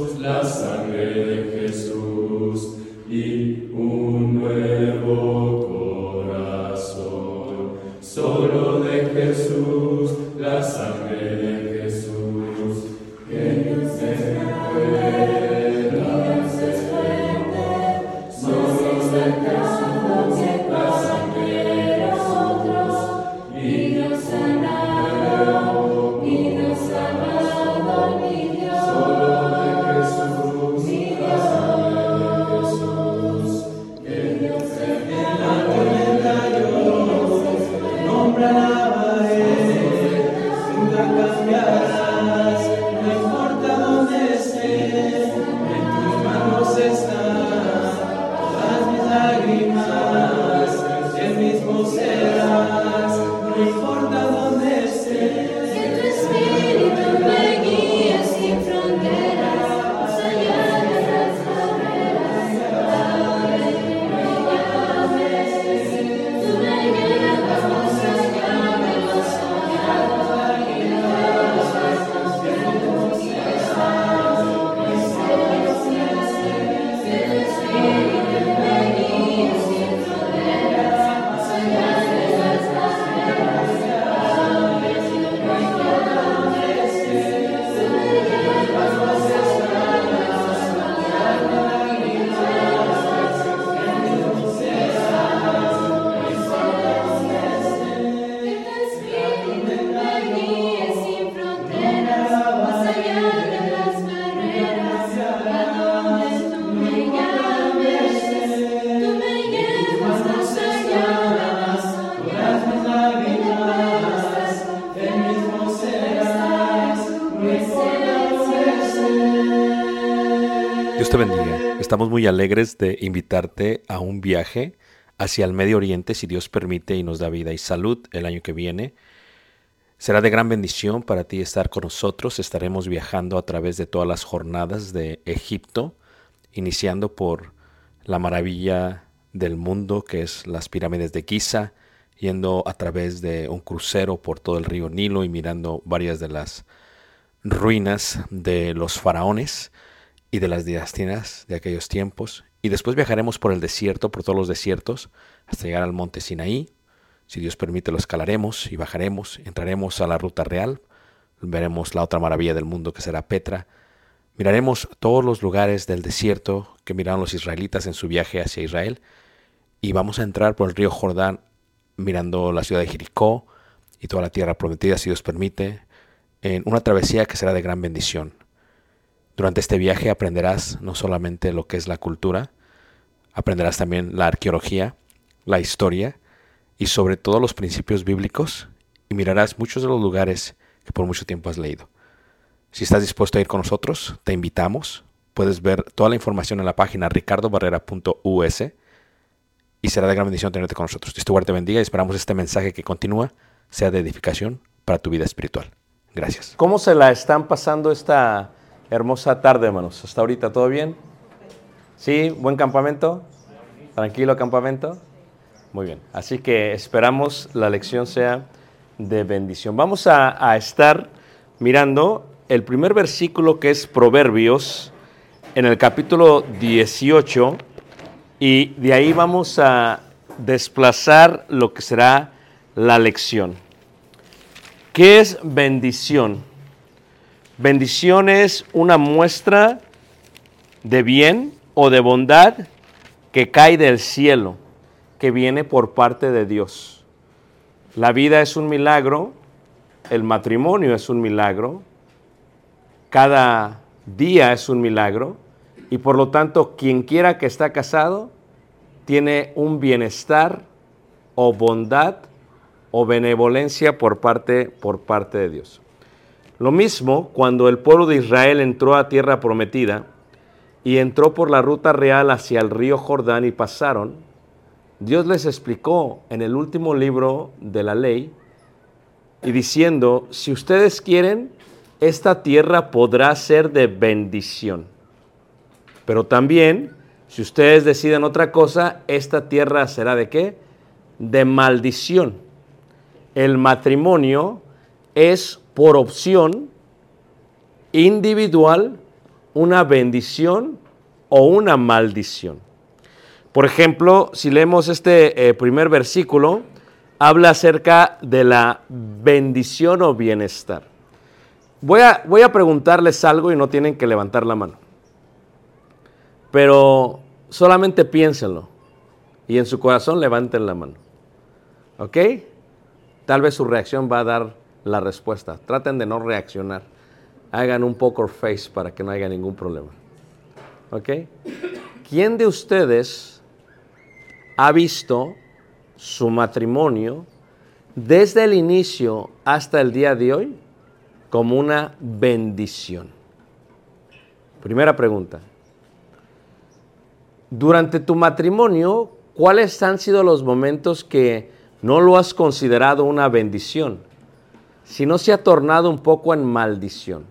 la sangre de Jesús y un nuevo corazón. Solo de Jesús, la sangre de Jesús, que no se pueda desprender. Solo de Jesús, la sangre de nosotros, y nos sanado, mi Dios. Solo de Jesús, la sangre de Jesús, que Dios se la tormenta yo, nombre alabaré, nunca cambiarás, no importa dónde estés, en tus manos están todas mis lágrimas, el mismo serás, no importa dónde estés. Que tu espíritu me guíe sin fronteras, más allá de las barreras, a donde tú me llames. Tú me llevas más allá de lo soñado, y de los pasos que hemos trazado. Que tu espíritu me guíe sin fronteras, más allá de las barreras, a donde tú me llames. Tú me llevas más allá de lo soñado, y de los pasos que hemos trazado. Que tu espíritu me guíe sin fronteras, más allá de las barreras, a donde tú me llames. Tú me llevas más allá de lo soñado, y de los pasos que hemos trazado. Dios te bendiga. Estamos muy alegres de invitarte a un viaje hacia el Medio Oriente, si Dios permite y nos da vida y salud el año que viene. Será de gran bendición para ti estar con nosotros. Estaremos viajando a través de todas las jornadas de Egipto, iniciando por la maravilla del mundo, que es las pirámides de Giza, yendo a través de un crucero por todo el río Nilo y mirando varias de las ruinas de los faraones y de las dinastías de aquellos tiempos. Y después viajaremos por el desierto, por todos los desiertos, hasta llegar al monte Sinaí. Si Dios permite, lo escalaremos y bajaremos. Entraremos a la ruta real. Veremos la otra maravilla del mundo, que será Petra. Miraremos todos los lugares del desierto que miraron los israelitas en su viaje hacia Israel. Y vamos a entrar por el río Jordán, mirando la ciudad de Jericó y toda la tierra prometida, si Dios permite, en una travesía que será de gran bendición. Durante este viaje aprenderás no solamente lo que es la cultura, aprenderás también la arqueología, la historia y sobre todo los principios bíblicos, y mirarás muchos de los lugares que por mucho tiempo has leído. Si estás dispuesto a ir con nosotros, te invitamos. Puedes ver toda la información en la página ricardobarrera.us y será de gran bendición tenerte con nosotros. Dios te bendiga y esperamos este mensaje que continúa sea de edificación para tu vida espiritual. Gracias. ¿Cómo se la están pasando esta hermosa tarde, hermanos? ¿Hasta ahorita todo bien? ¿Sí? ¿Buen campamento? ¿Tranquilo campamento? Muy bien. Así que esperamos la lección sea de bendición. Vamos a estar mirando el primer versículo, que es Proverbios, en el capítulo 18, y de ahí vamos a desplazar lo que será la lección. ¿Qué es bendición? Bendición es una muestra de bien o de bondad que cae del cielo, que viene por parte de Dios. La vida es un milagro, el matrimonio es un milagro, cada día es un milagro, y por lo tanto quien quiera que está casado tiene un bienestar o bondad o benevolencia por parte de Dios. Lo mismo cuando el pueblo de Israel entró a tierra prometida y entró por la ruta real hacia el río Jordán y pasaron, Dios les explicó en el último libro de la ley y diciendo, si ustedes quieren, esta tierra podrá ser de bendición. Pero también, si ustedes deciden otra cosa, esta tierra será ¿de qué? De maldición. El matrimonio es por opción individual una bendición o una maldición. Por ejemplo, si leemos este primer versículo, habla acerca de la bendición o bienestar. Voy a preguntarles algo y no tienen que levantar la mano. Pero solamente piénsenlo y en su corazón levanten la mano. ¿Ok? Tal vez su reacción va a dar la respuesta. Traten de no reaccionar. Hagan un poker face para que no haya ningún problema. ¿Ok? ¿Quién de ustedes ha visto su matrimonio desde el inicio hasta el día de hoy como una bendición? Primera pregunta. Durante tu matrimonio, ¿cuáles han sido los momentos que no lo has considerado una bendición, sino se ha tornado un poco en maldición?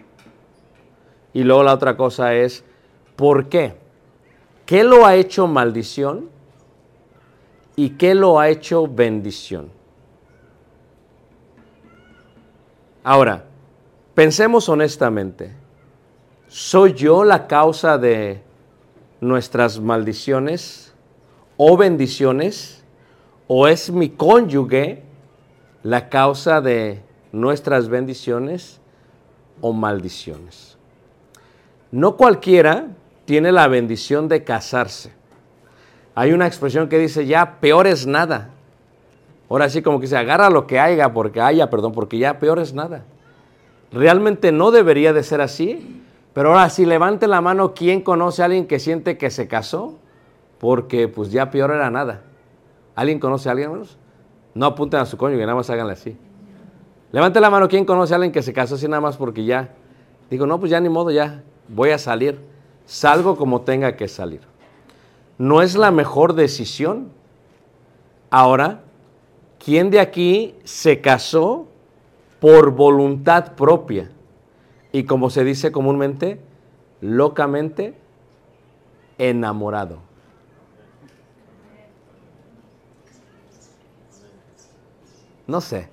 Y luego la otra cosa es, ¿por qué? ¿Qué lo ha hecho maldición y qué lo ha hecho bendición? Ahora, pensemos honestamente. ¿Soy yo la causa de nuestras maldiciones o bendiciones? ¿O es mi cónyuge la causa de nuestras bendiciones o maldiciones? No cualquiera tiene la bendición de casarse. Hay una expresión que dice, ya peor es nada. Ahora sí como que se agarra lo que haya, porque ya peor es nada. Realmente no debería de ser así, pero ahora sí, levante la mano, ¿quién conoce a alguien que siente que se casó? Porque pues ya peor era nada. ¿Alguien conoce a alguien, hermanos? No apunten a su cónyuge, nada más háganle así. Levante la mano, ¿quién conoce a alguien que se casó así nada más porque ya? Digo, no, pues ya ni modo, ya voy a salir. Salgo como tenga que salir. No es la mejor decisión. Ahora, ¿quién de aquí se casó por voluntad propia? Y como se dice comúnmente, locamente enamorado. No sé.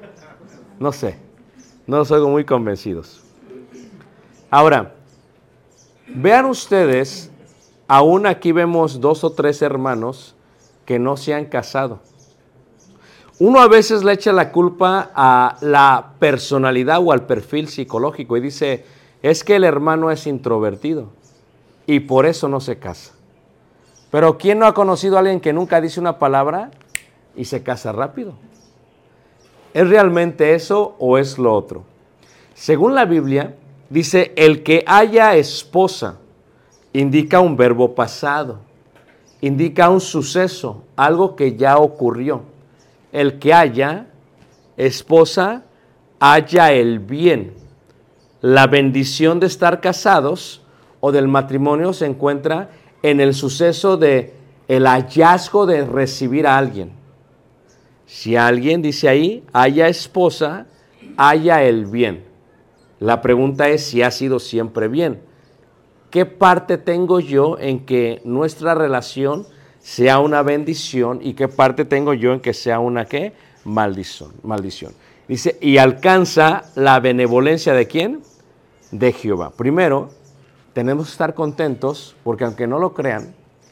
No soy muy convencidos. Ahora, vean ustedes, aún aquí vemos 2 o 3 hermanos que no se han casado. Uno a veces le echa la culpa a la personalidad o al perfil psicológico y dice, es que el hermano es introvertido y por eso no se casa. Pero ¿quién no ha conocido a alguien que nunca dice una palabra y se casa rápido? ¿Es realmente eso o es lo otro? Según la Biblia, dice, el que haya esposa, indica un verbo pasado, indica un suceso, algo que ya ocurrió. El que haya esposa, haya el bien. La bendición de estar casados o del matrimonio se encuentra en el suceso de el hallazgo de recibir a alguien. Si alguien dice ahí, haya esposa, haya el bien. La pregunta es si ha sido siempre bien. ¿Qué parte tengo yo en que nuestra relación sea una bendición y qué parte tengo yo en que sea una ¿qué? Maldición. Dice, y alcanza la benevolencia ¿de quién? De Jehová. Primero, tenemos que estar contentos porque aunque no lo crean,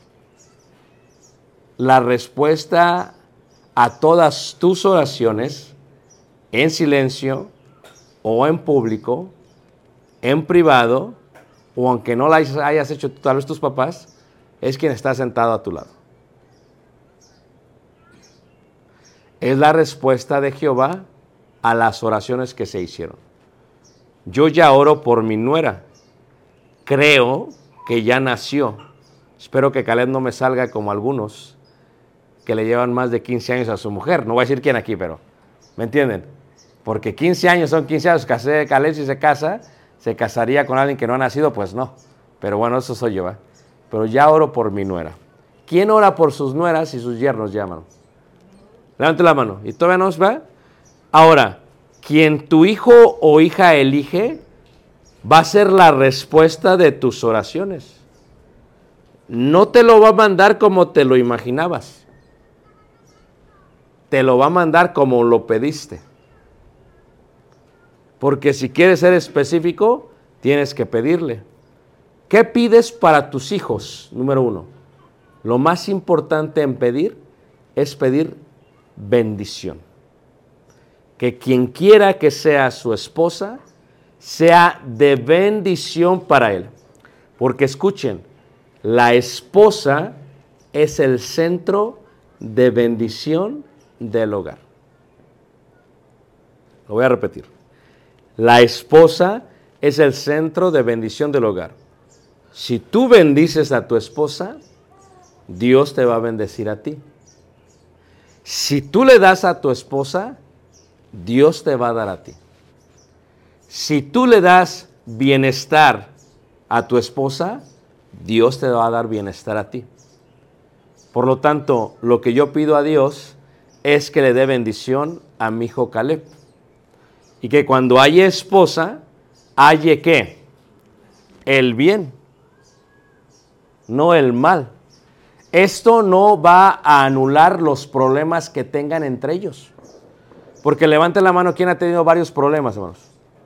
la respuesta a todas tus oraciones en silencio o en público, en privado, o aunque no la hayas hecho tal vez tus papás, es quien está sentado a tu lado. Es la respuesta de Jehová a las oraciones que se hicieron. Yo ya oro por mi nuera. Creo que ya nació. Espero que Caleb no me salga como algunos que le llevan más de 15 años a su mujer. No voy a decir quién aquí, pero ¿me entienden? Porque 15 años son 15 años. Caleb si se casa, se casaría con alguien que no ha nacido, pues no. Pero bueno, eso soy yo, ¿eh? Pero ya oro por mi nuera. ¿Quién ora por sus nueras y sus yernos llaman? Levante la mano. ¿Y todavía no os va? Ahora, quien tu hijo o hija elige va a ser la respuesta de tus oraciones. No te lo va a mandar como te lo imaginabas. Te lo va a mandar como lo pediste. Porque si quieres ser específico, tienes que pedirle. ¿Qué pides para tus hijos? Número 1. Lo más importante en pedir es pedir bendición. Que quien quiera que sea su esposa, sea de bendición para él. Porque escuchen, la esposa es el centro de bendición del hogar. Lo voy a repetir. La esposa es el centro de bendición del hogar. Si tú bendices a tu esposa, Dios te va a bendecir a ti. Si tú le das a tu esposa, Dios te va a dar a ti. Si tú le das bienestar a tu esposa, Dios te va a dar bienestar a ti. Por lo tanto, lo que yo pido a Dios es que le dé bendición a mi hijo Caleb. Y que cuando haya esposa, haya ¿qué? El bien, no el mal. Esto no va a anular los problemas que tengan entre ellos. Porque levante la mano, ¿quién ha tenido varios problemas, hermanos?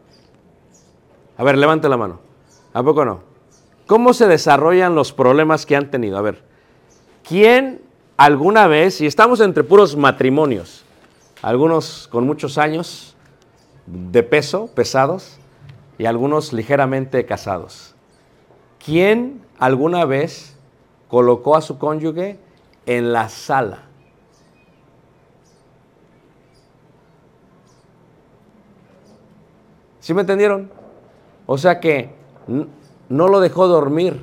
A ver, levante la mano. ¿A poco no? ¿Cómo se desarrollan los problemas que han tenido? A ver, ¿quién alguna vez, y estamos entre puros matrimonios, algunos con muchos años de peso, pesados, y algunos ligeramente casados? ¿Quién alguna vez colocó a su cónyuge en la sala? ¿Sí me entendieron? O sea que no lo dejó dormir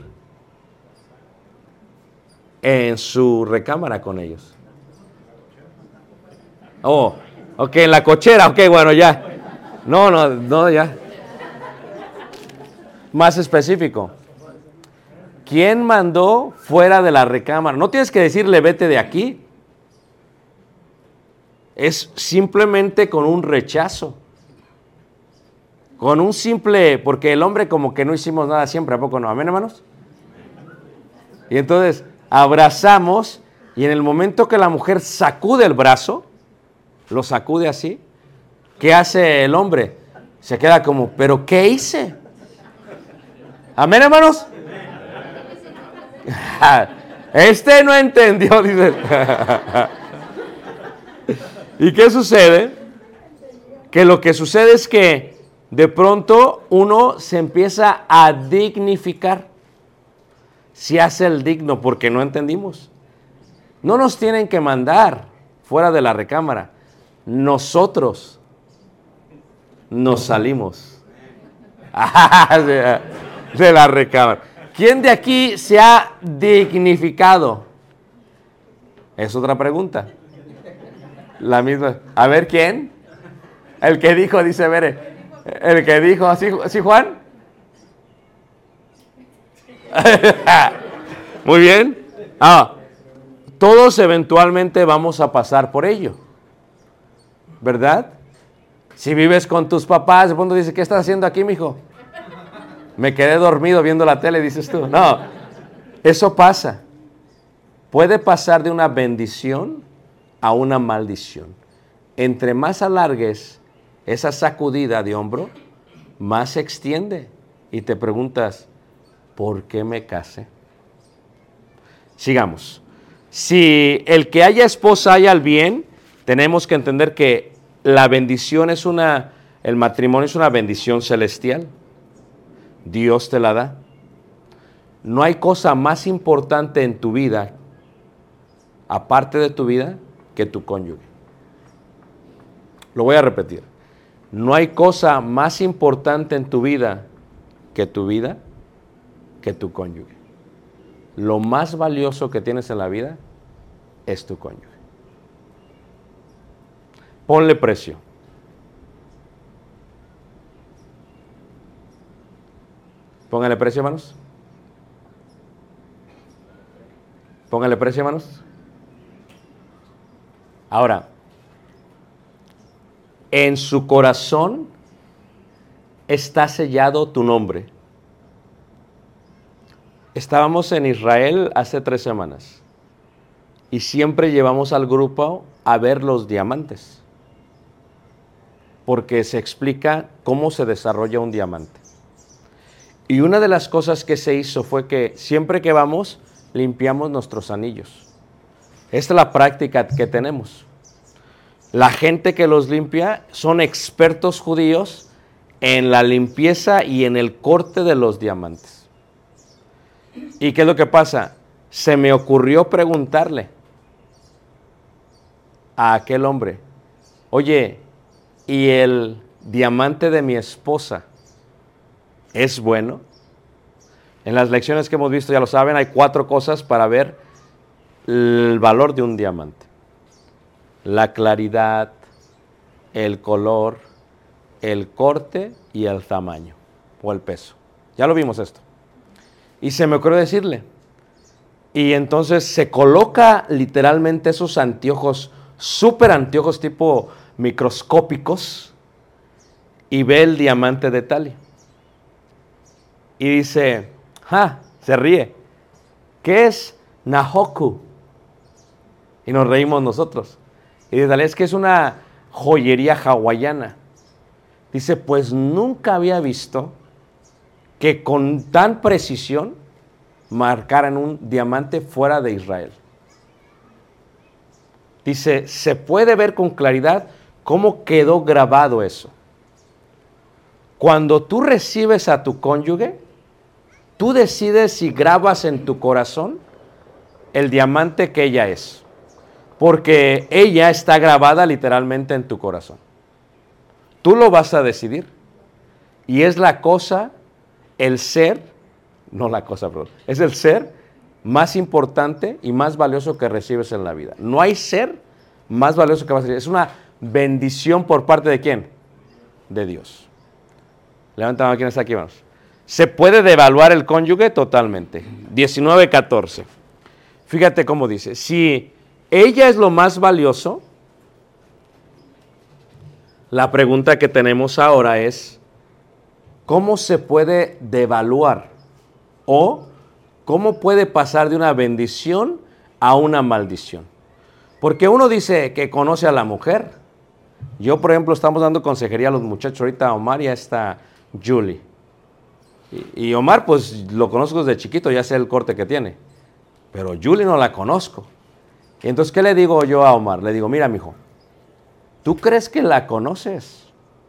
en su recámara con ellos. Oh, ok, en la cochera, ok, bueno, ya. No, ya. Más específico. ¿Quién mandó fuera de la recámara? No tienes que decirle vete de aquí. Es simplemente con un rechazo. Con un simple, porque el hombre como que no hicimos nada siempre, ¿a poco no? ¿Amén, hermanos? Y entonces abrazamos y en el momento que la mujer sacude el brazo, lo sacude así, ¿qué hace el hombre? Se queda como, ¿pero qué hice? ¿Amén, hermanos? Este no entendió, dice. ¿Y qué sucede? Que lo que sucede es que de pronto uno se empieza a dignificar. Se hace el digno porque no entendimos. No nos tienen que mandar fuera de la recámara. Nosotros nos salimos de la recámara. ¿Quién de aquí se ha dignificado? Es otra pregunta. La misma. A ver, ¿quién? El que dijo, dice Bere. El que dijo, ¿sí, Juan? Muy bien. Todos eventualmente vamos a pasar por ello. ¿Verdad? Si vives con tus papás, de pronto dices, ¿qué estás haciendo aquí, mijo? Me quedé dormido viendo la tele, dices tú. No, eso pasa. Puede pasar de una bendición a una maldición. Entre más alargues esa sacudida de hombro, más se extiende. Y te preguntas, ¿por qué me casé? Sigamos. Si el que haya esposa haya el bien, tenemos que entender que la bendición es el matrimonio es una bendición celestial. Dios te la da. No hay cosa más importante en tu vida, aparte de tu vida, que tu cónyuge. Lo voy a repetir. No hay cosa más importante en tu vida, que tu cónyuge. Lo más valioso que tienes en la vida es tu cónyuge. Ponle precio. Póngale precio, hermanos. Póngale precio, hermanos. Ahora, en su corazón está sellado tu nombre. Estábamos en Israel hace 3 semanas y siempre llevamos al grupo a ver los diamantes, porque se explica cómo se desarrolla un diamante. Y una de las cosas que se hizo fue que siempre que vamos, limpiamos nuestros anillos. Esta es la práctica que tenemos. La gente que los limpia son expertos judíos en la limpieza y en el corte de los diamantes. ¿Y qué es lo que pasa? Se me ocurrió preguntarle a aquel hombre, oye, ¿y el diamante de mi esposa es bueno? En las lecciones que hemos visto, ya lo saben, hay 4 cosas para ver el valor de un diamante. La claridad, el color, el corte y el tamaño o el peso. Ya lo vimos esto. Y se me ocurrió decirle. Y entonces se coloca literalmente esos anteojos, súper anteojos tipo microscópicos, y ve el diamante de Tali. Y dice, se ríe. ¿Qué es Nahoku? Y nos reímos nosotros. Y dice, es que es una joyería hawaiana. Dice, pues nunca había visto que con tan precisión marcaran un diamante fuera de Israel. Dice, se puede ver con claridad cómo quedó grabado eso. Cuando tú recibes a tu cónyuge, tú decides si grabas en tu corazón el diamante que ella es. Porque ella está grabada literalmente en tu corazón. Tú lo vas a decidir. Y es la cosa, el ser, no la cosa, perdón, es el ser más importante y más valioso que recibes en la vida. No hay ser más valioso que vas a recibir. Es una bendición por parte de ¿quién? De Dios. Levanta la mano, ¿quién está aquí, hermanos? Se puede devaluar el cónyuge totalmente. 19:14. Fíjate cómo dice. Si ella es lo más valioso, la pregunta que tenemos ahora es, ¿cómo se puede devaluar? O, ¿cómo puede pasar de una bendición a una maldición? Porque uno dice que conoce a la mujer. Yo, por ejemplo, estamos dando consejería a los muchachos ahorita, a Omar y a esta Julie. Y Omar, pues, lo conozco desde chiquito, ya sé el corte que tiene. Pero Julie no la conozco. Y entonces, ¿qué le digo yo a Omar? Le digo, mira, mijo, tú crees que la conoces,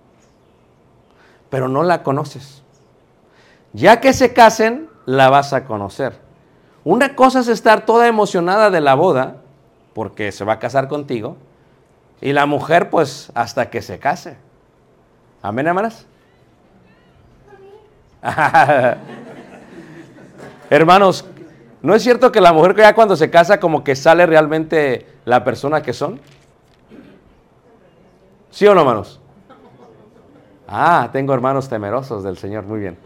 pero no la conoces. Ya que se casen, la vas a conocer. Una cosa es estar toda emocionada de la boda, porque se va a casar contigo, y la mujer, pues, hasta que se case. ¿Amén, hermanas? Hermanos, ¿no es cierto que la mujer ya cuando se casa como que sale realmente la persona que son? ¿Sí o no, hermanos? Tengo hermanos temerosos del Señor, muy bien.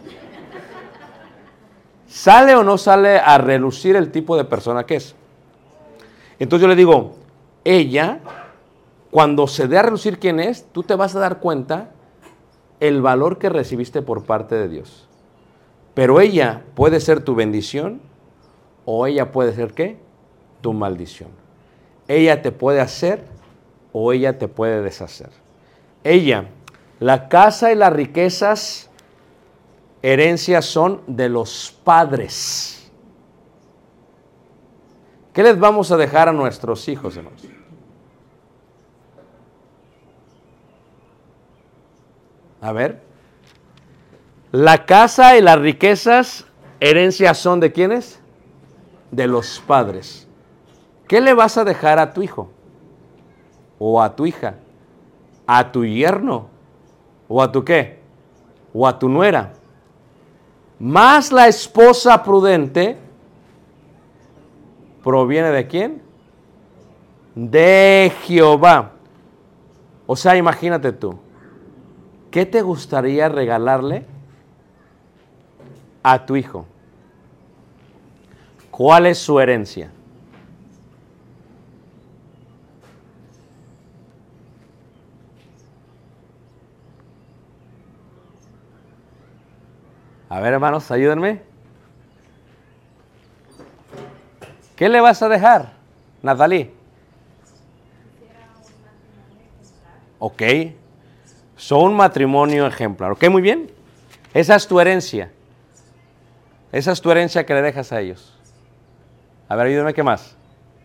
¿Sale o no sale a relucir el tipo de persona que es? Entonces yo le digo, ella, cuando se dé a relucir quién es, tú te vas a dar cuenta el valor que recibiste por parte de Dios. Pero ella puede ser tu bendición o ella puede ser, ¿qué? Tu maldición. Ella te puede hacer o ella te puede deshacer. Ella, la casa y las riquezas, herencias son de los padres. ¿Qué les vamos a dejar a nuestros hijos, hermanos? A ver. La casa y las riquezas, herencias son ¿de quiénes? De los padres. ¿Qué le vas a dejar a tu hijo? ¿O a tu hija? ¿A tu yerno? ¿O a tu qué? ¿O a tu nuera? Más la esposa prudente proviene ¿de quién? De Jehová. O sea, imagínate tú. ¿Qué te gustaría regalarle a tu hijo? ¿Cuál es su herencia? A ver, hermanos, ayúdenme. ¿Qué le vas a dejar, Nathalie? Ok. Son un matrimonio ejemplar. Ok, muy bien. Esa es tu herencia. Esa es tu herencia que le dejas a ellos. A ver, ayúdame, ¿qué más?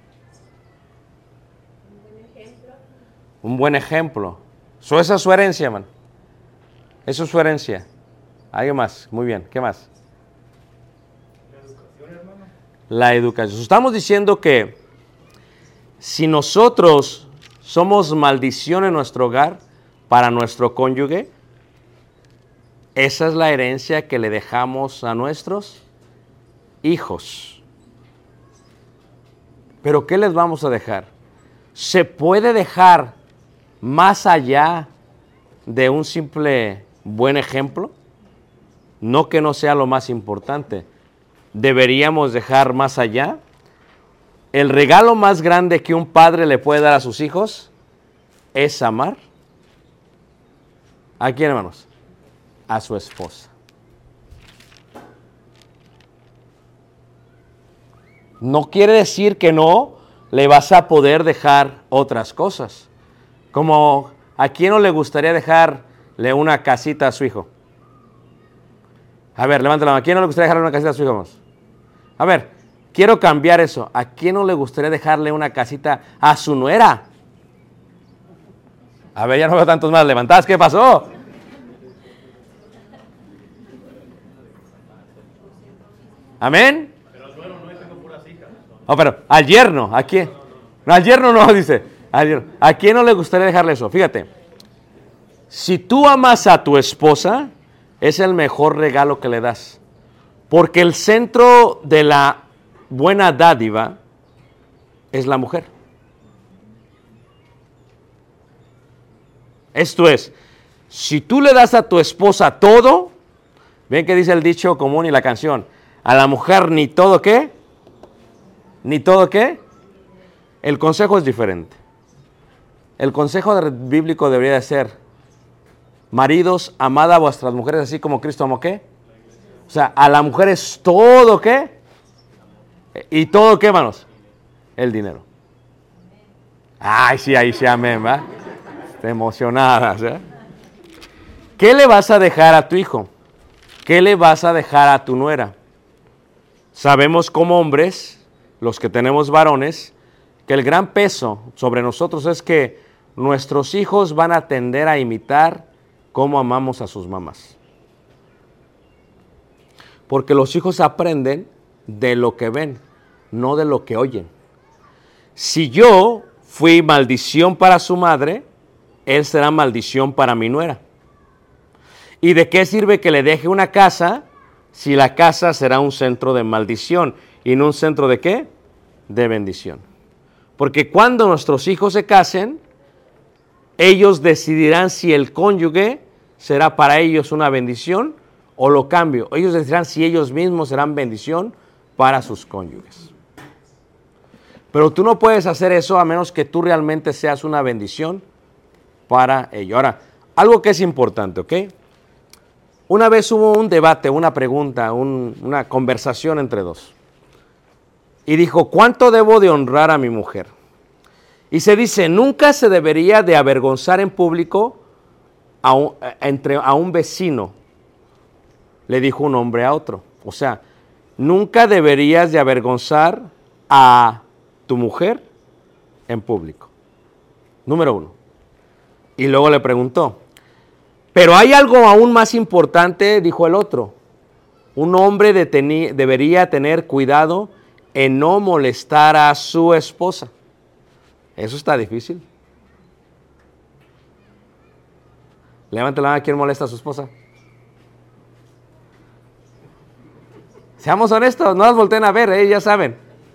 Un buen ejemplo. Esa es su herencia, hermano. Eso es su herencia. ¿Alguien más? Muy bien. ¿Qué más? La educación, hermano. La educación. Estamos diciendo que si nosotros somos maldición en nuestro hogar para nuestro cónyuge, esa es la herencia que le dejamos a nuestros hijos. ¿Pero qué les vamos a dejar? ¿Se puede dejar más allá de un simple buen ejemplo? No que no sea lo más importante. ¿Deberíamos dejar más allá? El regalo más grande que un padre le puede dar a sus hijos es amar. ¿A quién, hermanos? A su esposa. No quiere decir que no le vas a poder dejar otras cosas. Como, ¿a quién no le gustaría dejarle una casita a su hijo? A ver, levántala. ¿A quién no le gustaría dejarle una casita a su hijo? Vamos. A ver, quiero cambiar eso. ¿A quién no le gustaría dejarle una casita a su nuera? A ver, ya no veo tantos más levantadas. ¿Qué pasó? ¿Amén? Pero al suelo no tengo puras hijas. Oh, pero al yerno, ¿a quién? No, al yerno no, dice. Al yerno. ¿A quién no le gustaría dejarle eso? Fíjate, si tú amas a tu esposa, es el mejor regalo que le das. Porque el centro de la buena dádiva es la mujer. Esto es, si tú le das a tu esposa todo, ven que dice el dicho común y la canción, a la mujer ni todo qué, ni todo qué. El consejo es diferente. El consejo bíblico debería de ser, maridos, amad a vuestras mujeres así como Cristo amó qué. O sea, a la mujer es todo qué. ¿Y todo qué, hermanos? El dinero. Ay, sí, ahí sí, amén, ¿va? Está emocionada, ¿sí? ¿Qué le vas a dejar a tu hijo? ¿Qué le vas a dejar a tu nuera? Sabemos como hombres, los que tenemos varones, que el gran peso sobre nosotros es que nuestros hijos van a tender a imitar cómo amamos a sus mamás. Porque los hijos aprenden de lo que ven, no de lo que oyen. Si yo fui maldición para su madre, él será maldición para mi nuera. ¿Y de qué sirve que le deje una casa si la casa será un centro de maldición y no un centro de qué? De bendición. Porque cuando nuestros hijos se casen, ellos decidirán si el cónyuge será para ellos una bendición o lo cambio. Ellos decidirán si ellos mismos serán bendición para sus cónyuges. Pero tú no puedes hacer eso a menos que tú realmente seas una bendición para ellos. Ahora, algo que es importante, ¿ok? Una vez hubo un debate, una pregunta, una conversación entre dos. Y dijo, ¿cuánto debo de honrar a mi mujer? Y se dice, nunca se debería de avergonzar en público a un vecino, le dijo un hombre a otro. O sea, nunca deberías de avergonzar a tu mujer en público. Número uno. Y luego le preguntó, pero hay algo aún más importante, dijo el otro. Un hombre debería tener cuidado en no molestar a su esposa. Eso está difícil. Levante la mano, ¿quién molesta a su esposa? Seamos honestos, no las volteen a ver, ya saben.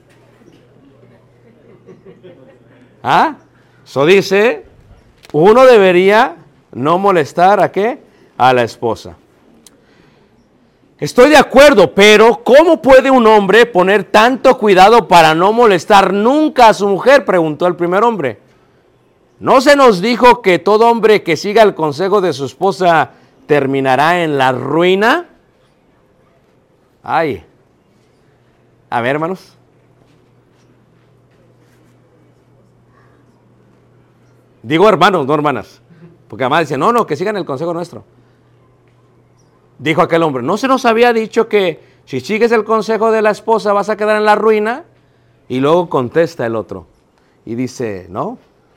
¿Ah? Eso dice, uno debería no molestar ¿a qué? A la esposa. Estoy de acuerdo, pero ¿cómo puede un hombre poner tanto cuidado para no molestar nunca a su mujer? Preguntó el primer hombre. ¿No se nos dijo que todo hombre que siga el consejo de su esposa terminará en la ruina? Ay. A ver, hermanos. Digo hermanos, no hermanas. Porque además dice, no, que sigan el consejo nuestro. Dijo aquel hombre, ¿no se nos había dicho que Si sigues el consejo de la esposa vas a quedar en la ruina. Y luego contesta el otro y dice, no.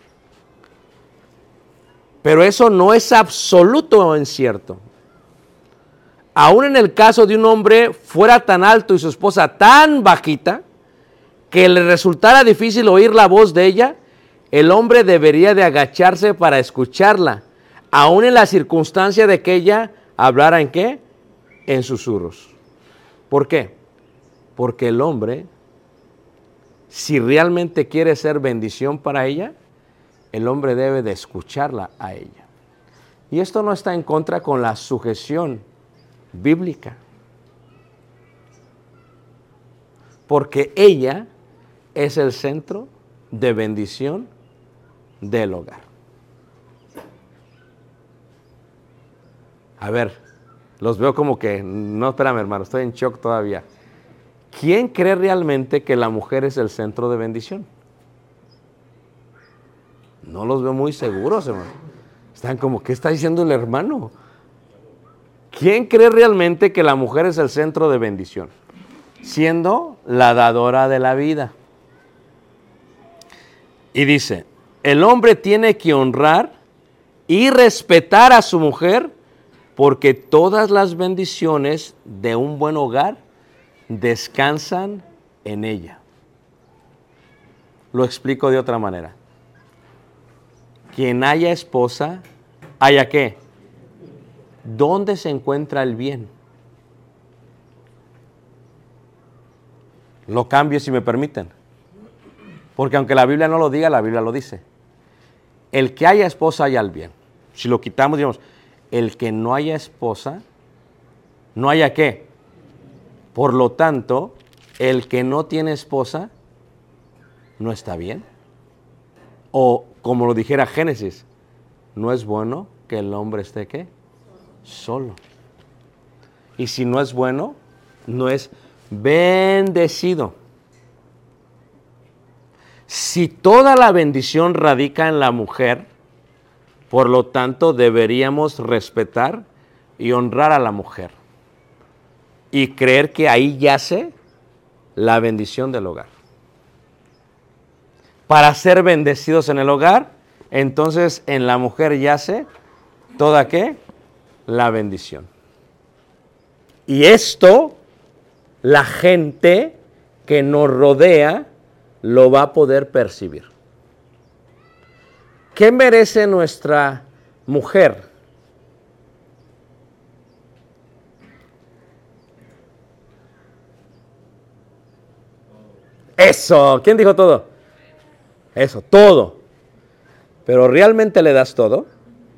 Pero eso no es absoluto en cierto. Aún en el caso de un hombre fuera tan alto y su esposa tan bajita, que le resultara difícil oír la voz de ella, el hombre debería de agacharse para escucharla, aún en la circunstancia de que ella hablara ¿en qué? En susurros. ¿Por qué? Porque el hombre, si realmente quiere ser bendición para ella, el hombre debe de escucharla a ella. Y esto no está en contra con la sujeción bíblica. Porque ella es el centro de bendición del hogar. A ver, los veo como que, no, espérame hermano, estoy en shock todavía. ¿Quién cree realmente que la mujer es el centro de bendición? No los veo muy seguros, hermano. Están como, ¿qué está diciendo el hermano? ¿Quién cree realmente que la mujer es el centro de bendición? Siendo la dadora de la vida. Y dice, el hombre tiene que honrar y respetar a su mujer porque todas las bendiciones de un buen hogar descansan en ella. Lo explico de otra manera. Quien haya esposa, ¿haya qué? ¿Dónde se encuentra el bien? Lo cambio si me permiten. Porque aunque la Biblia no lo diga, la Biblia lo dice. El que haya esposa, haya el bien. Si lo quitamos, digamos, el que no haya esposa, no haya qué. Por lo tanto, el que no tiene esposa, no está bien. O como lo dijera Génesis, no es bueno que el hombre esté ¿qué? Solo. Y si no es bueno, no es bendecido. Si toda la bendición radica en la mujer, por lo tanto deberíamos respetar y honrar a la mujer y creer que ahí yace la bendición del hogar. Para ser bendecidos en el hogar, entonces en la mujer yace toda ¿qué? La bendición. Y esto la gente que nos rodea lo va a poder percibir. ¿Qué merece nuestra mujer? Eso, ¿quién dijo todo? Eso, todo. Pero ¿realmente le das todo?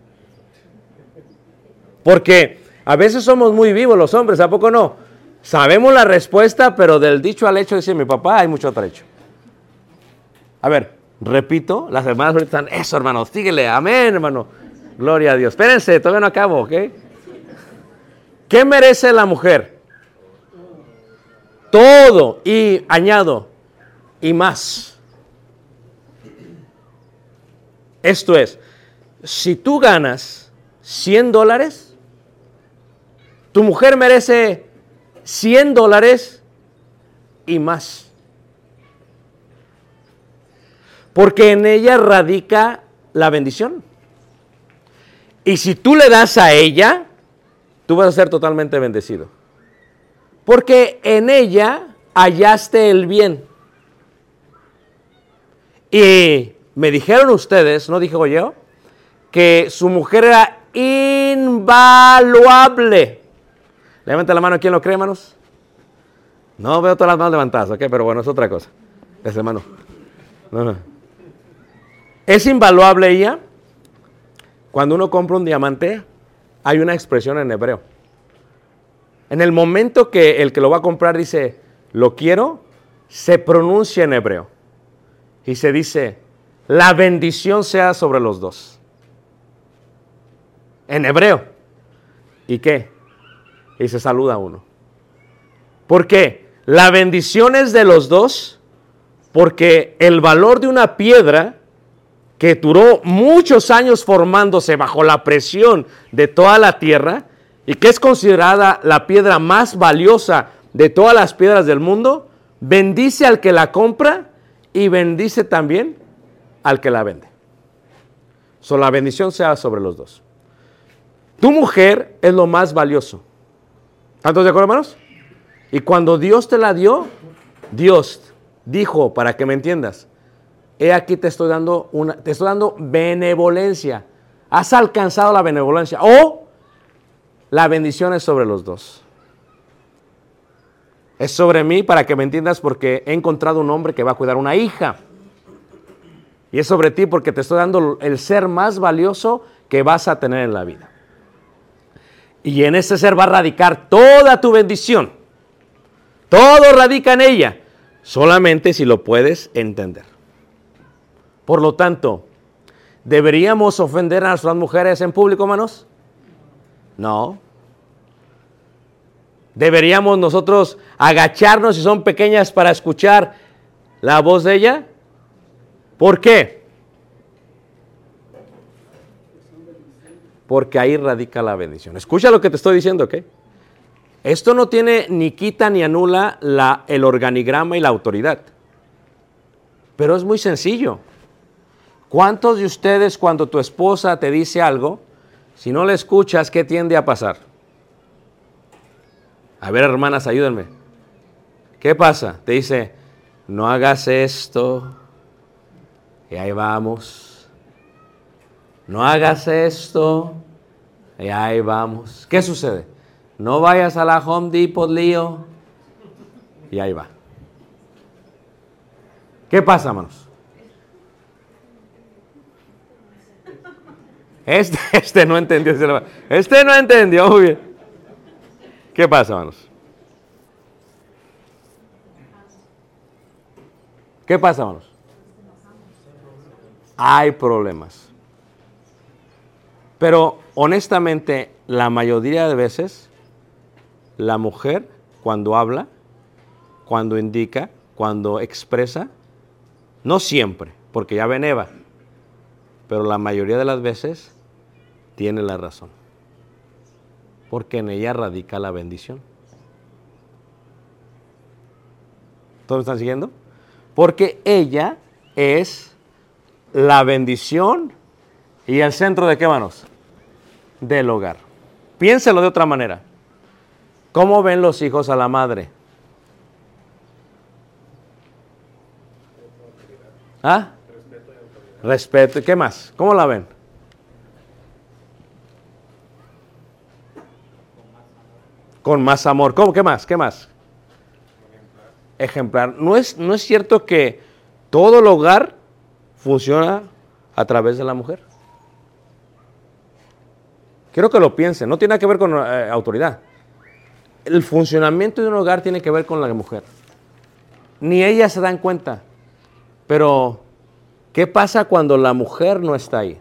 Porque a veces somos muy vivos los hombres, ¿a poco no? Sabemos la respuesta, pero del dicho al hecho, dice mi papá, hay mucho trecho. A ver, repito, las hermanas ahorita están, eso hermano, síguele, amén hermano, gloria a Dios. Espérense, todavía no acabo, ¿ok? ¿Qué merece la mujer? Todo, y añado, y más. Esto es, si tú ganas $100, tu mujer merece $100 y más. Porque en ella radica la bendición. Y si tú le das a ella, tú vas a ser totalmente bendecido. Porque en ella hallaste el bien. Y me dijeron ustedes, no dijo yo, que su mujer era invaluable. Levanta la mano, ¿quién lo cree, hermanos? No veo todas las manos levantadas, ¿ok? Pero bueno, es otra cosa. Ese hermano. No. Es invaluable ella. Cuando uno compra un diamante, hay una expresión en hebreo. En el momento que el que lo va a comprar dice, lo quiero, se pronuncia en hebreo. Y se dice, la bendición sea sobre los dos. En hebreo. ¿Y qué? Y se saluda a uno. ¿Por qué? La bendición es de los dos, porque el valor de una piedra que duró muchos años formándose bajo la presión de toda la tierra y que es considerada la piedra más valiosa de todas las piedras del mundo, bendice al que la compra y bendice también al que la vende. La bendición sea sobre los dos. Tu mujer es lo más valioso. ¿Están de acuerdo, hermanos? Y cuando Dios te la dio, Dios dijo, para que me entiendas, he aquí te estoy dando benevolencia. Has alcanzado la benevolencia. O la bendición es sobre los dos. Es sobre mí, para que me entiendas, porque he encontrado un hombre que va a cuidar una hija. Y es sobre ti porque te estoy dando el ser más valioso que vas a tener en la vida. Y en ese ser va a radicar toda tu bendición. Todo radica en ella, solamente si lo puedes entender. Por lo tanto, ¿deberíamos ofender a nuestras mujeres en público, hermanos? No. ¿Deberíamos nosotros agacharnos si son pequeñas para escuchar la voz de ella? ¿Por qué? Porque ahí radica la bendición. Escucha lo que te estoy diciendo, ¿ok? Esto no tiene ni quita ni anula el organigrama y la autoridad. Pero es muy sencillo. ¿Cuántos de ustedes, cuando tu esposa te dice algo, si no le escuchas, qué tiende a pasar? A ver, hermanas, ayúdenme. ¿Qué pasa? Te dice, no hagas esto. Y ahí vamos. No hagas esto. Y ahí vamos. ¿Qué sucede? No vayas a la Home Depot, Lío. Y ahí va. ¿Qué pasa, hermanos? Este no entendió. Este no entendió, muy bien. ¿Qué pasa, hermanos? ¿Qué pasa, hermanos? Hay problemas. Pero honestamente, la mayoría de veces, la mujer cuando habla, cuando indica, cuando expresa, no siempre, porque ya ven Eva, pero la mayoría de las veces tiene la razón. Porque en ella radica la bendición. ¿Todos me están siguiendo? Porque ella es la bendición y el centro de qué, manos? Del hogar. Piénselo de otra manera. ¿Cómo ven los hijos a la madre? ¿Ah? Respeto. ¿Qué más? ¿Cómo la ven? Con más amor. ¿Cómo? ¿Qué más? ¿Qué más? Ejemplar. ¿No es cierto que todo el hogar funciona a través de la mujer? Quiero que lo piensen. No tiene nada que ver con autoridad. El funcionamiento de un hogar tiene que ver con la mujer. Ni ellas se dan cuenta. Pero, ¿qué pasa cuando la mujer no está ahí?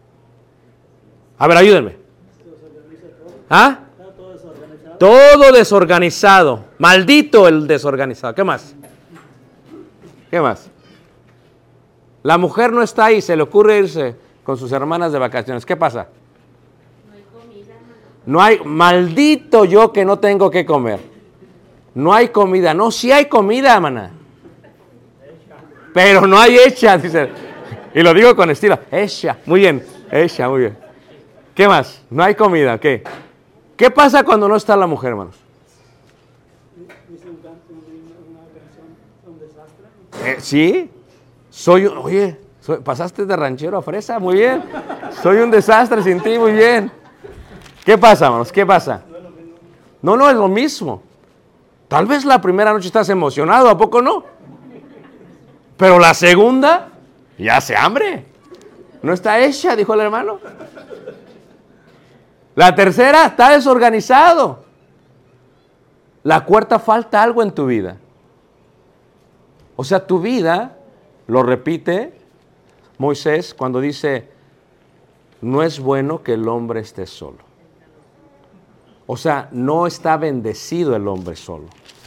A ver, ayúdenme. ¿Ah? Todo desorganizado. Maldito el desorganizado. ¿Qué más? ¿Qué más? La mujer no está ahí, se le ocurre irse con sus hermanas de vacaciones. ¿Qué pasa? No hay comida, hermano. No hay, maldito yo que no tengo que comer. No hay comida. No, sí hay comida, hermana. Pero no hay hecha, dice. Y lo digo con estilo. Hecha. Muy bien. Hecha, muy bien. ¿Qué más? No hay comida. ¿Qué? ¿Qué pasa cuando no está la mujer, hermanos? ¿Sí? Pasaste de ranchero a fresa, muy bien. Soy un desastre sin ti, muy bien. ¿Qué pasa, hermanos? ¿Qué pasa? No es lo mismo. Tal vez la primera noche estás emocionado, ¿a poco no? Pero la segunda, ya hace hambre. No está hecha, dijo el hermano. La tercera, está desorganizado. La cuarta, falta algo en tu vida. O sea, tu vida, lo repite Moisés cuando dice, no es bueno que el hombre esté solo. O sea, no está bendecido el hombre solo.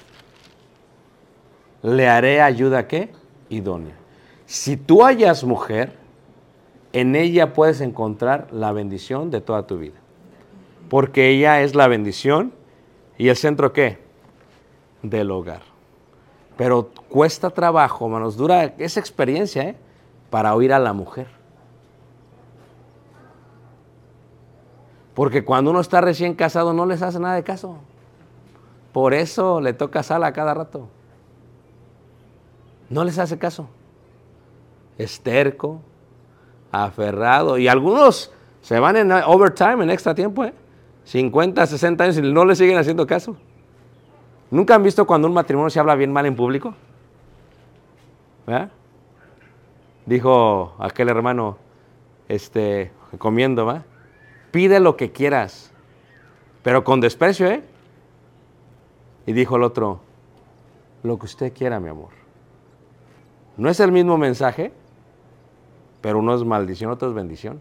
Le haré ayuda, ¿qué? Idónea. Si tú hallas mujer, en ella puedes encontrar la bendición de toda tu vida. Porque ella es la bendición y el centro, ¿qué? del hogar. Pero cuesta trabajo, hermanos, dura esa experiencia, para oír a la mujer. Porque cuando uno está recién casado no les hace nada de caso. Por eso le toca sala a cada rato. No les hace caso. Es terco, aferrado. Y algunos se van en overtime, en extra tiempo, 50, 60 años y no le siguen haciendo caso. ¿Nunca han visto cuando un matrimonio se habla bien mal en público? ¿Verdad? Dijo aquel hermano, comiendo, ¿va? Pide lo que quieras, pero con desprecio, Y dijo el otro, lo que usted quiera, mi amor. No es el mismo mensaje, pero uno es maldición, otro es bendición.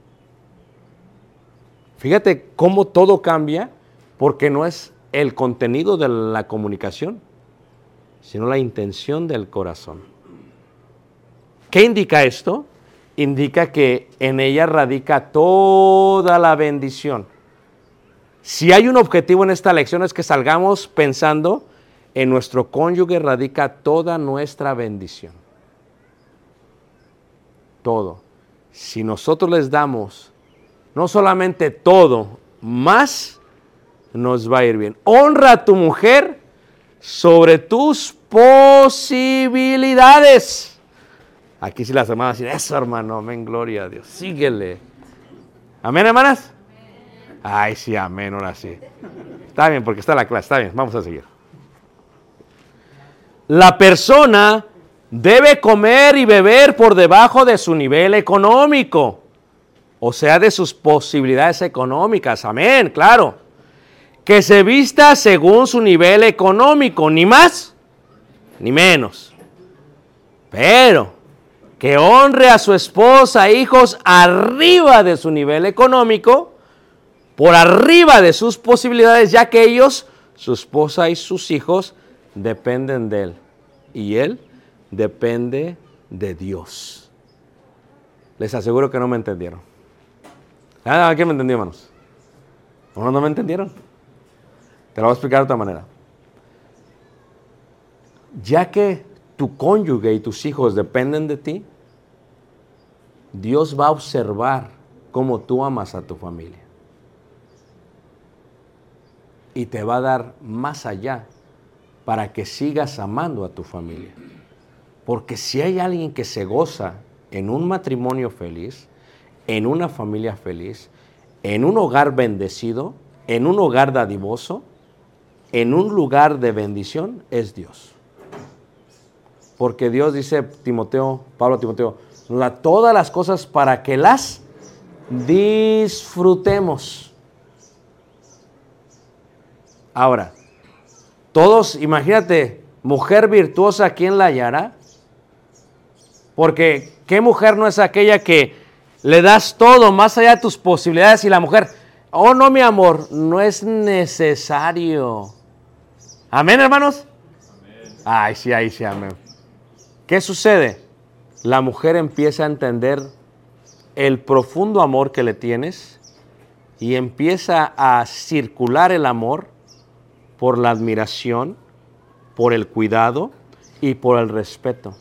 Fíjate cómo todo cambia, porque no es el contenido de la comunicación, sino la intención del corazón. ¿Qué indica esto? Indica que en ella radica toda la bendición. Si hay un objetivo en esta lección es que salgamos pensando en nuestro cónyuge radica toda nuestra bendición. Todo. Si nosotros les damos no solamente todo, más nos va a ir bien. Honra a tu mujer sobre tus posibilidades. Aquí sí las hermanas dicen, eso hermano, amén, gloria a Dios, síguele. Amén, hermanas. Ay, sí, amén, ahora sí. Está bien, porque está la clase, está bien, vamos a seguir. La persona debe comer y beber por debajo de su nivel económico, o sea, de sus posibilidades económicas, amén, claro. Que se vista según su nivel económico, ni más, ni menos. Pero que honre a su esposa e hijos arriba de su nivel económico, por arriba de sus posibilidades, ya que ellos, su esposa y sus hijos, dependen de él. Y él depende de Dios. Les aseguro que no me entendieron. ¿Quién me entendió, hermanos? ¿No me entendieron? Te lo voy a explicar de otra manera. Ya que tu cónyuge y tus hijos dependen de ti, Dios va a observar cómo tú amas a tu familia. Y te va a dar más allá para que sigas amando a tu familia. Porque si hay alguien que se goza en un matrimonio feliz, en una familia feliz, en un hogar bendecido, en un hogar dadivoso, en un lugar de bendición, es Dios. Porque Dios dice, Pablo a Timoteo, todas las cosas para que las disfrutemos. Ahora, todos, imagínate, mujer virtuosa, ¿quién la hallará? Porque, ¿qué mujer no es aquella que le das todo más allá de tus posibilidades y la mujer, oh no, mi amor, no es necesario? ¿Amén, hermanos? Amén. Ay, sí, ahí sí, amén. ¿Qué sucede? La mujer empieza a entender el profundo amor que le tienes y empieza a circular el amor por la admiración, por el cuidado y por el respeto.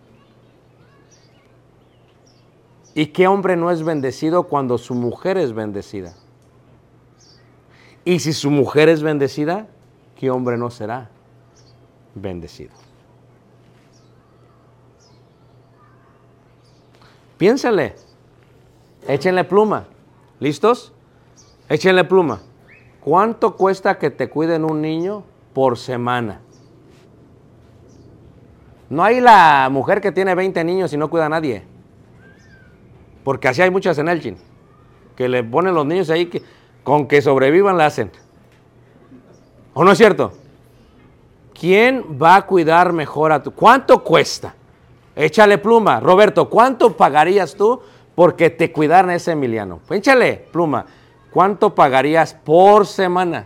¿Y qué hombre no es bendecido cuando su mujer es bendecida? Y si su mujer es bendecida, ¿qué hombre no será bendecido? Piénsenle, échenle pluma. ¿Listos? Échenle pluma. ¿Cuánto cuesta que te cuiden un niño por semana? No hay la mujer que tiene 20 niños y no cuida a nadie. Porque así hay muchas en Elgin, que le ponen los niños ahí, que con que sobrevivan la hacen. ¿O no es cierto? ¿Quién va a cuidar mejor a tu? ¿Cuánto cuesta? Échale pluma. Roberto, ¿cuánto pagarías tú porque te cuidaran ese Emiliano? Échale pluma. ¿Cuánto pagarías por semana?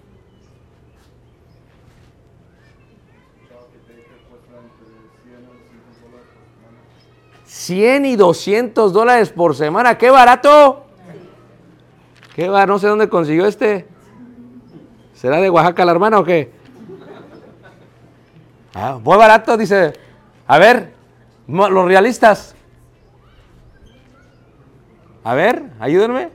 $100 y $200 por semana. ¡Qué barato! ¿Qué va? No sé dónde consiguió este. ¿Será de Oaxaca la hermana o qué? Muy barato, dice. A ver, los realistas. A ver, ayúdenme.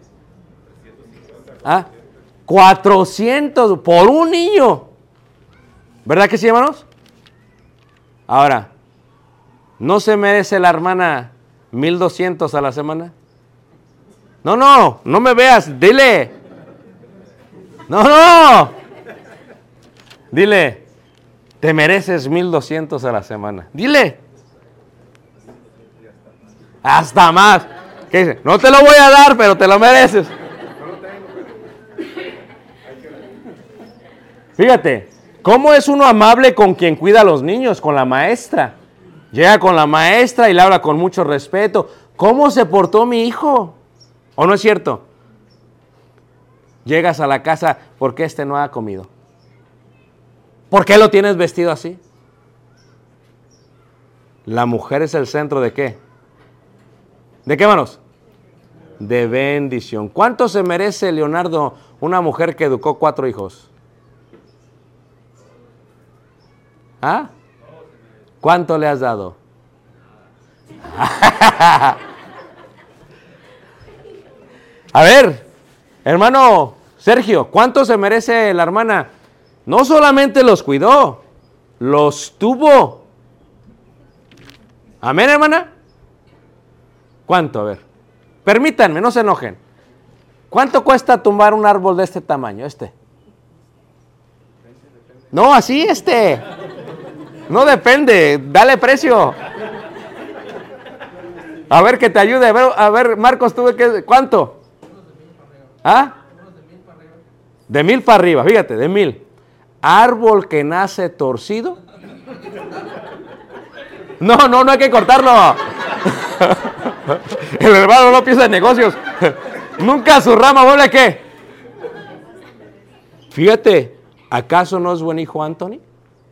400 por un niño. ¿Verdad que sí, hermanos? Ahora, ¿no se merece la hermana 1,200 a la semana? No me veas, dile. No. Dile, te mereces 1,200 a la semana. Dile. Hasta más. ¿Qué dice? No te lo voy a dar, pero te lo mereces. Fíjate, ¿cómo es uno amable con quien cuida a los niños? Con la maestra. Llega con la maestra y le habla con mucho respeto. ¿Cómo se portó mi hijo? ¿O no es cierto? Llegas a la casa, ¿por qué este no ha comido? ¿Por qué lo tienes vestido así? La mujer es el centro ¿de qué? ¿De qué, hermanos? De bendición. ¿Cuánto se merece, Leonardo, una mujer que educó 4 hijos? ¿Cuánto le has dado? A ver, hermano Sergio, ¿cuánto se merece la hermana? No solamente los cuidó, los tuvo. ¿Amén, hermana? ¿Cuánto? A ver, permítanme, no se enojen. ¿Cuánto cuesta tumbar un árbol de este tamaño? No, así No depende, dale precio. A ver, que te ayude. A ver, Marcos, ¿cuánto? De 1,000 para arriba, fíjate, de 1,000. Árbol que nace torcido. No hay que cortarlo. El hermano no piensa en negocios. Nunca su rama vuelve a qué. Fíjate, ¿acaso no es buen hijo Anthony?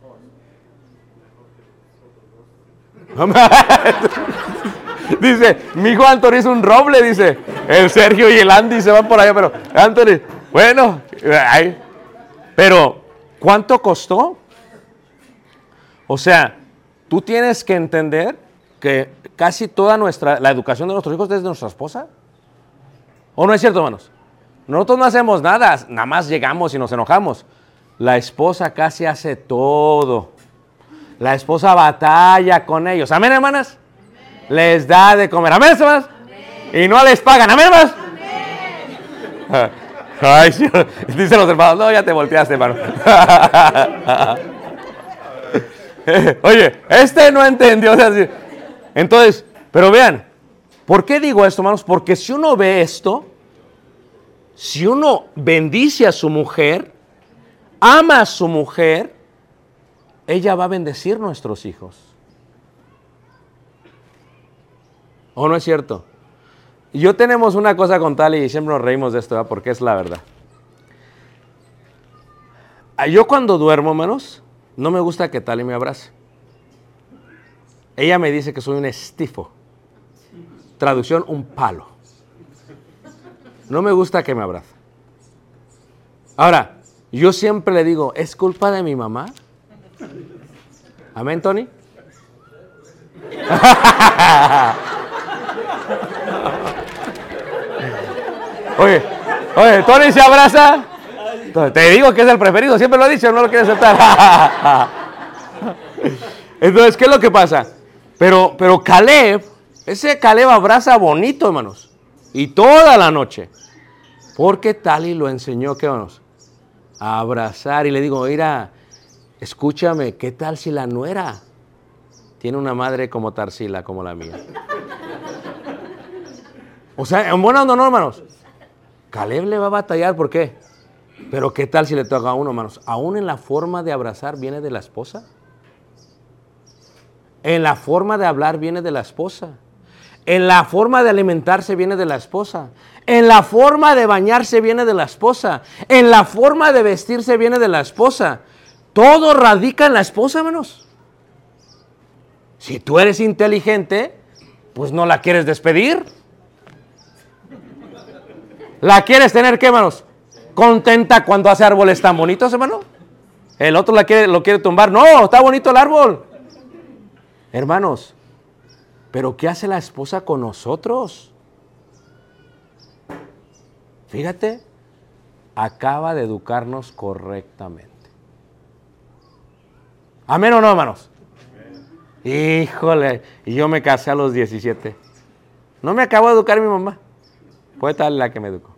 Dice, mi hijo Anthony es un roble, dice. El Sergio y el Andy se van por allá, pero Anthony, bueno, pero ¿cuánto costó? O sea, tú tienes que entender que casi toda la educación de nuestros hijos es de nuestra esposa. ¿O no es cierto, hermanos? Nosotros no hacemos nada más llegamos y nos enojamos. La esposa casi hace todo. La esposa batalla con ellos. ¿Amén, hermanas? Amén. Les da de comer. ¿Amén, hermanas? Amén. Y no les pagan. ¿Amén, hermanas? Amén. Ay, sí. Dicen los hermanos, no, ya te volteaste, hermano. Oye, no entendió. Entonces, pero vean, ¿por qué digo esto, hermanos? Porque si uno ve esto, si uno bendice a su mujer, ama a su mujer, ella va a bendecir nuestros hijos. ¿O no es cierto? Yo tenemos una cosa con Tali y siempre nos reímos de esto, ¿verdad? Porque es la verdad. Yo cuando duermo, hermanos, no me gusta que Tali me abrace. Ella me dice que soy un estifo. Traducción, un palo. No me gusta que me abrace. Ahora, yo siempre le digo, ¿es culpa de mi mamá? ¿Amén, Tony? Oye, Tony se abraza. Te digo que es el preferido, siempre lo he dicho, no lo quiere aceptar. Entonces, ¿qué es lo que pasa? Pero Caleb, ese Caleb abraza bonito, hermanos. Y toda la noche. Porque Tali lo enseñó, ¿qué, hermanos? A abrazar. Y le digo, mira, escúchame, ¿qué tal si la nuera tiene una madre como Tarsila, como la mía? O sea, en buena onda, no, hermanos. Caleb le va a batallar, ¿por qué? Pero ¿qué tal si le toca a uno, hermanos? Aún en la forma de abrazar viene de la esposa. En la forma de hablar viene de la esposa. En la forma de alimentarse viene de la esposa. En la forma de bañarse viene de la esposa. En la forma de vestirse viene de la esposa. Todo radica en la esposa, hermanos. Si tú eres inteligente, pues no la quieres despedir. ¿La quieres tener qué, hermanos? ¿Contenta cuando hace árboles tan bonitos, hermano? El otro lo quiere tumbar. No, está bonito el árbol. Hermanos, ¿pero qué hace la esposa con nosotros? Fíjate, acaba de educarnos correctamente. ¿Amén o no, hermanos? Híjole, y yo me casé a los 17. No me acabó de educar mi mamá. Fue tal la que me educó.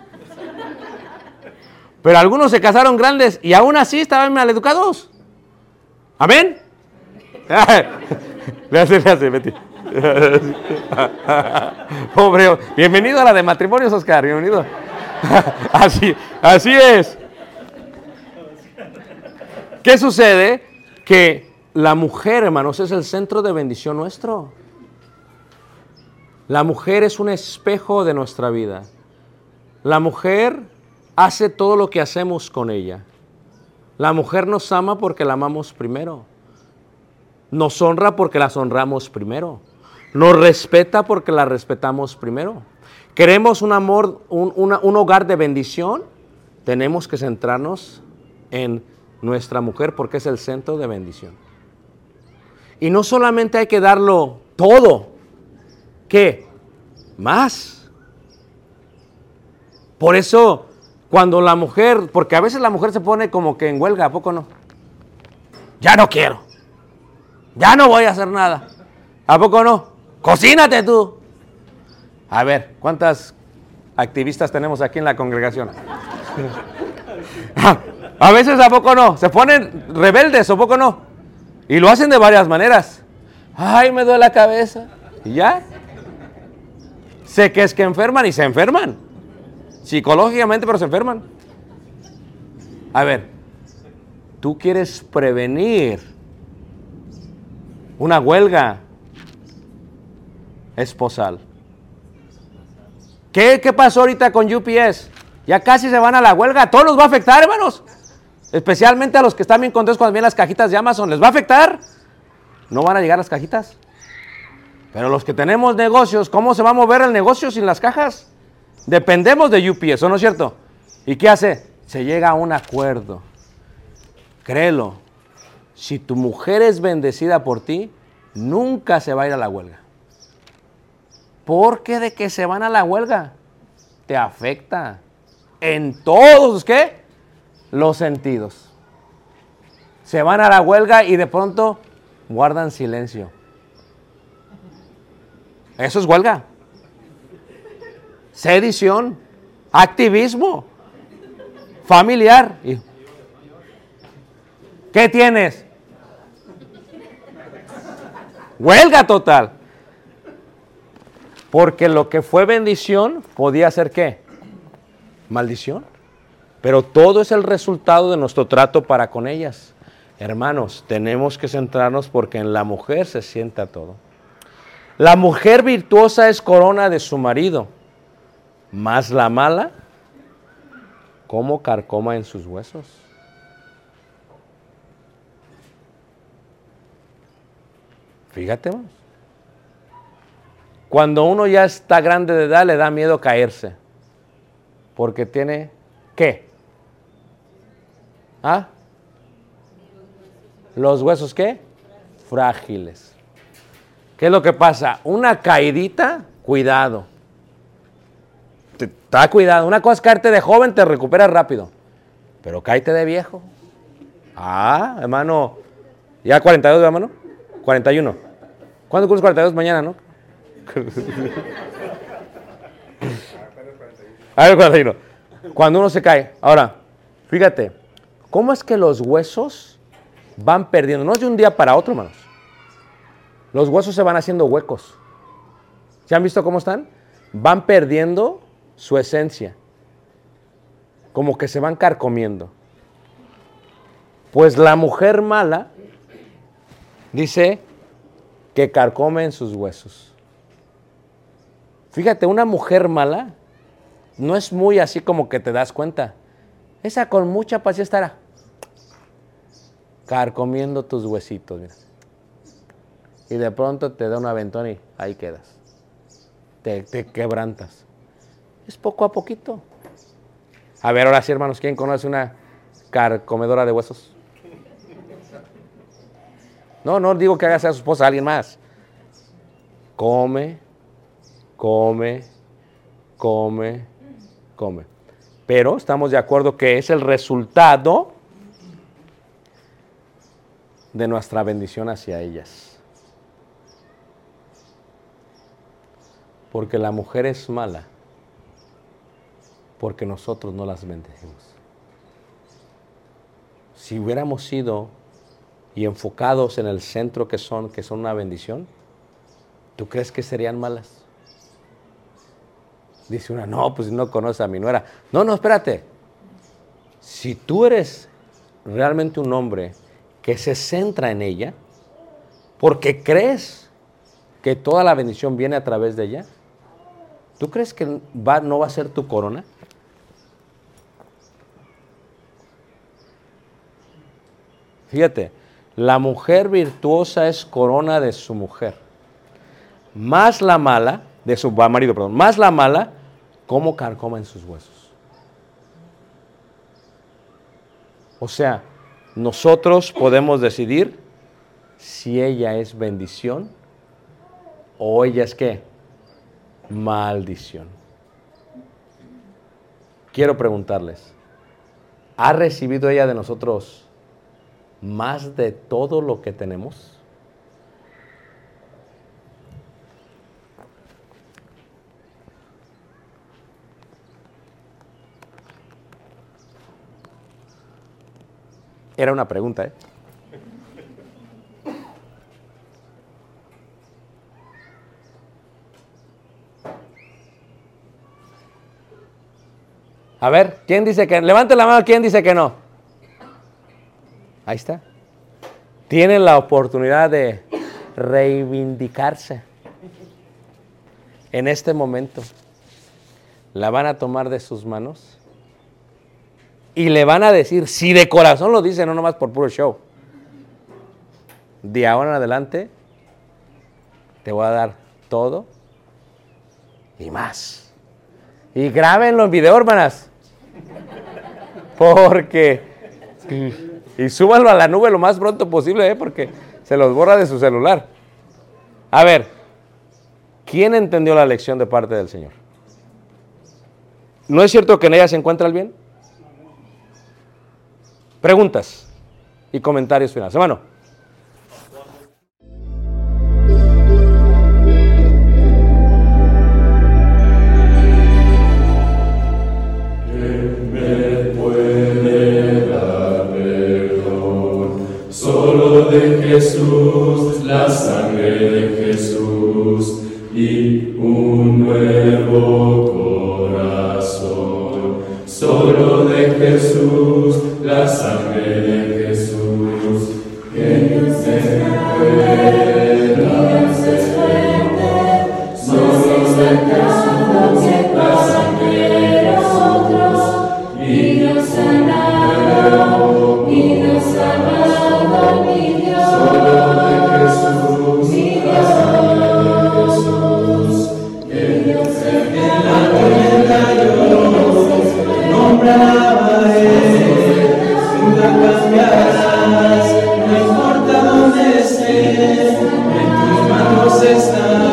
Pero algunos se casaron grandes y aún así estaban mal educados. ¿Amén? Le hace, Betty. Pobre, bienvenido a la de matrimonios, Oscar, bienvenido. Así es. ¿Qué sucede? Que la mujer, hermanos, es el centro de bendición nuestro. La mujer es un espejo de nuestra vida. La mujer hace todo lo que hacemos con ella. La mujer nos ama porque la amamos primero. Nos honra porque las honramos primero. Nos respeta porque la respetamos primero. Queremos un amor, un hogar de bendición. Tenemos que centrarnos en nuestra mujer porque es el centro de bendición. Y no solamente hay que darlo todo. ¿Qué? Más. Por eso, cuando la mujer, porque a veces la mujer se pone como que en huelga, ¿a poco no? Ya no quiero. Ya no voy a hacer nada. ¿A poco no? Cocínate tú. A ver, ¿cuántas activistas tenemos aquí en la congregación? A veces, ¿a poco no? Se ponen rebeldes, ¿a poco no? Y lo hacen de varias maneras. Ay, me duele la cabeza. ¿Y ya? Sé que es que enferman y se enferman. Psicológicamente, pero se enferman. A ver, tú quieres prevenir una huelga esposal. ¿Qué pasó ahorita con UPS? Ya casi se van a la huelga. Todo nos va a afectar, hermanos. Especialmente a los que están bien contentos cuando vienen las cajitas de Amazon. ¿Les va a afectar? No van a llegar las cajitas. Pero los que tenemos negocios, ¿cómo se va a mover el negocio sin las cajas? Dependemos de UPS, ¿o no es cierto? ¿Y qué hace? Se llega a un acuerdo. Créelo, si tu mujer es bendecida por ti, nunca se va a ir a la huelga. Porque de que se van a la huelga, te afecta en todos, ¿qué? Los sentidos. Se van a la huelga y de pronto guardan silencio. Eso es huelga. Sedición, activismo, familiar. ¿Qué tienes? Huelga total. Porque lo que fue bendición podía ser ¿qué? Maldición. Pero todo es el resultado de nuestro trato para con ellas. Hermanos, tenemos que centrarnos porque en la mujer se sienta todo. La mujer virtuosa es corona de su marido, mas la mala, como carcoma en sus huesos. Fíjate, hermanos. Cuando uno ya está grande de edad, le da miedo caerse. Porque tiene, ¿qué? ¿Ah? ¿Los huesos qué? Frágiles. ¿Qué es lo que pasa? Una caidita, cuidado. Está cuidado. Una cosa es caerte de joven, te recuperas rápido. Pero cáete de viejo. Ah, hermano. ¿Ya 42, hermano? 41. ¿Cuándo cumples 42? Mañana, ¿no? A ver, 41. Cuando uno se cae. Ahora, fíjate. ¿Cómo es que los huesos van perdiendo? No es de un día para otro, hermanos. Los huesos se van haciendo huecos. ¿Se han visto cómo están? Van perdiendo su esencia. Como que se van carcomiendo. Pues la mujer mala dice que carcome en sus huesos. Fíjate, una mujer mala no es muy así como que te das cuenta. Esa con mucha paciencia estará carcomiendo tus huesitos, mira. Y de pronto te da un aventón y ahí quedas. Te quebrantas. Es poco a poquito. A ver, ahora sí, hermanos, ¿quién conoce una carcomedora de huesos? No digo que haga sea su esposa a alguien más. Come. Pero estamos de acuerdo que es el resultado de nuestra bendición hacia ellas. Porque la mujer es mala porque nosotros no las bendecimos. Si hubiéramos sido y enfocados en el centro que son una bendición, ¿tú crees que serían malas? Dice una, no, pues no conoce a mi nuera. No, espérate. Si tú eres realmente un hombre que se centra en ella, porque crees que toda la bendición viene a través de ella, ¿tú crees que no va a ser tu corona? Fíjate, la mujer virtuosa es corona de su mujer. Más la mala, de su marido, perdón, más la mala, como carcoma en sus huesos. O sea, nosotros podemos decidir si ella es bendición o ella es ¿qué? Maldición. Quiero preguntarles, ¿ha recibido ella de nosotros más de todo lo que tenemos? Era una pregunta, ¿eh? A ver, ¿quién dice que? Levante la mano, ¿quién dice que no? Ahí está. Tienen la oportunidad de reivindicarse en este momento. La van a tomar de sus manos y le van a decir, si de corazón lo dice, no nomás por puro show, de ahora en adelante te voy a dar todo y más. Y grábenlo en video, hermanas. Porque... Y súbanlo a la nube lo más pronto posible, porque se los borra de su celular. A ver, ¿quién entendió la lección de parte del Señor? ¿No es cierto que en ella se encuentra el bien? Preguntas y comentarios finales. Hermano. De Jesús, la sangre de Jesús y un nuevo corazón. Solo de Jesús, la sangre de Jesús. Que Dios es grande, Dios es fuerte. Solo de Jesús, la sangre de nosotros. Y Dios sanado, y Dios sanado. Solo de Jesús, mi Dios, que Dios en la tormenta yo nombraba a Él, nunca cambiarás, no importa dónde estés, en tus manos está.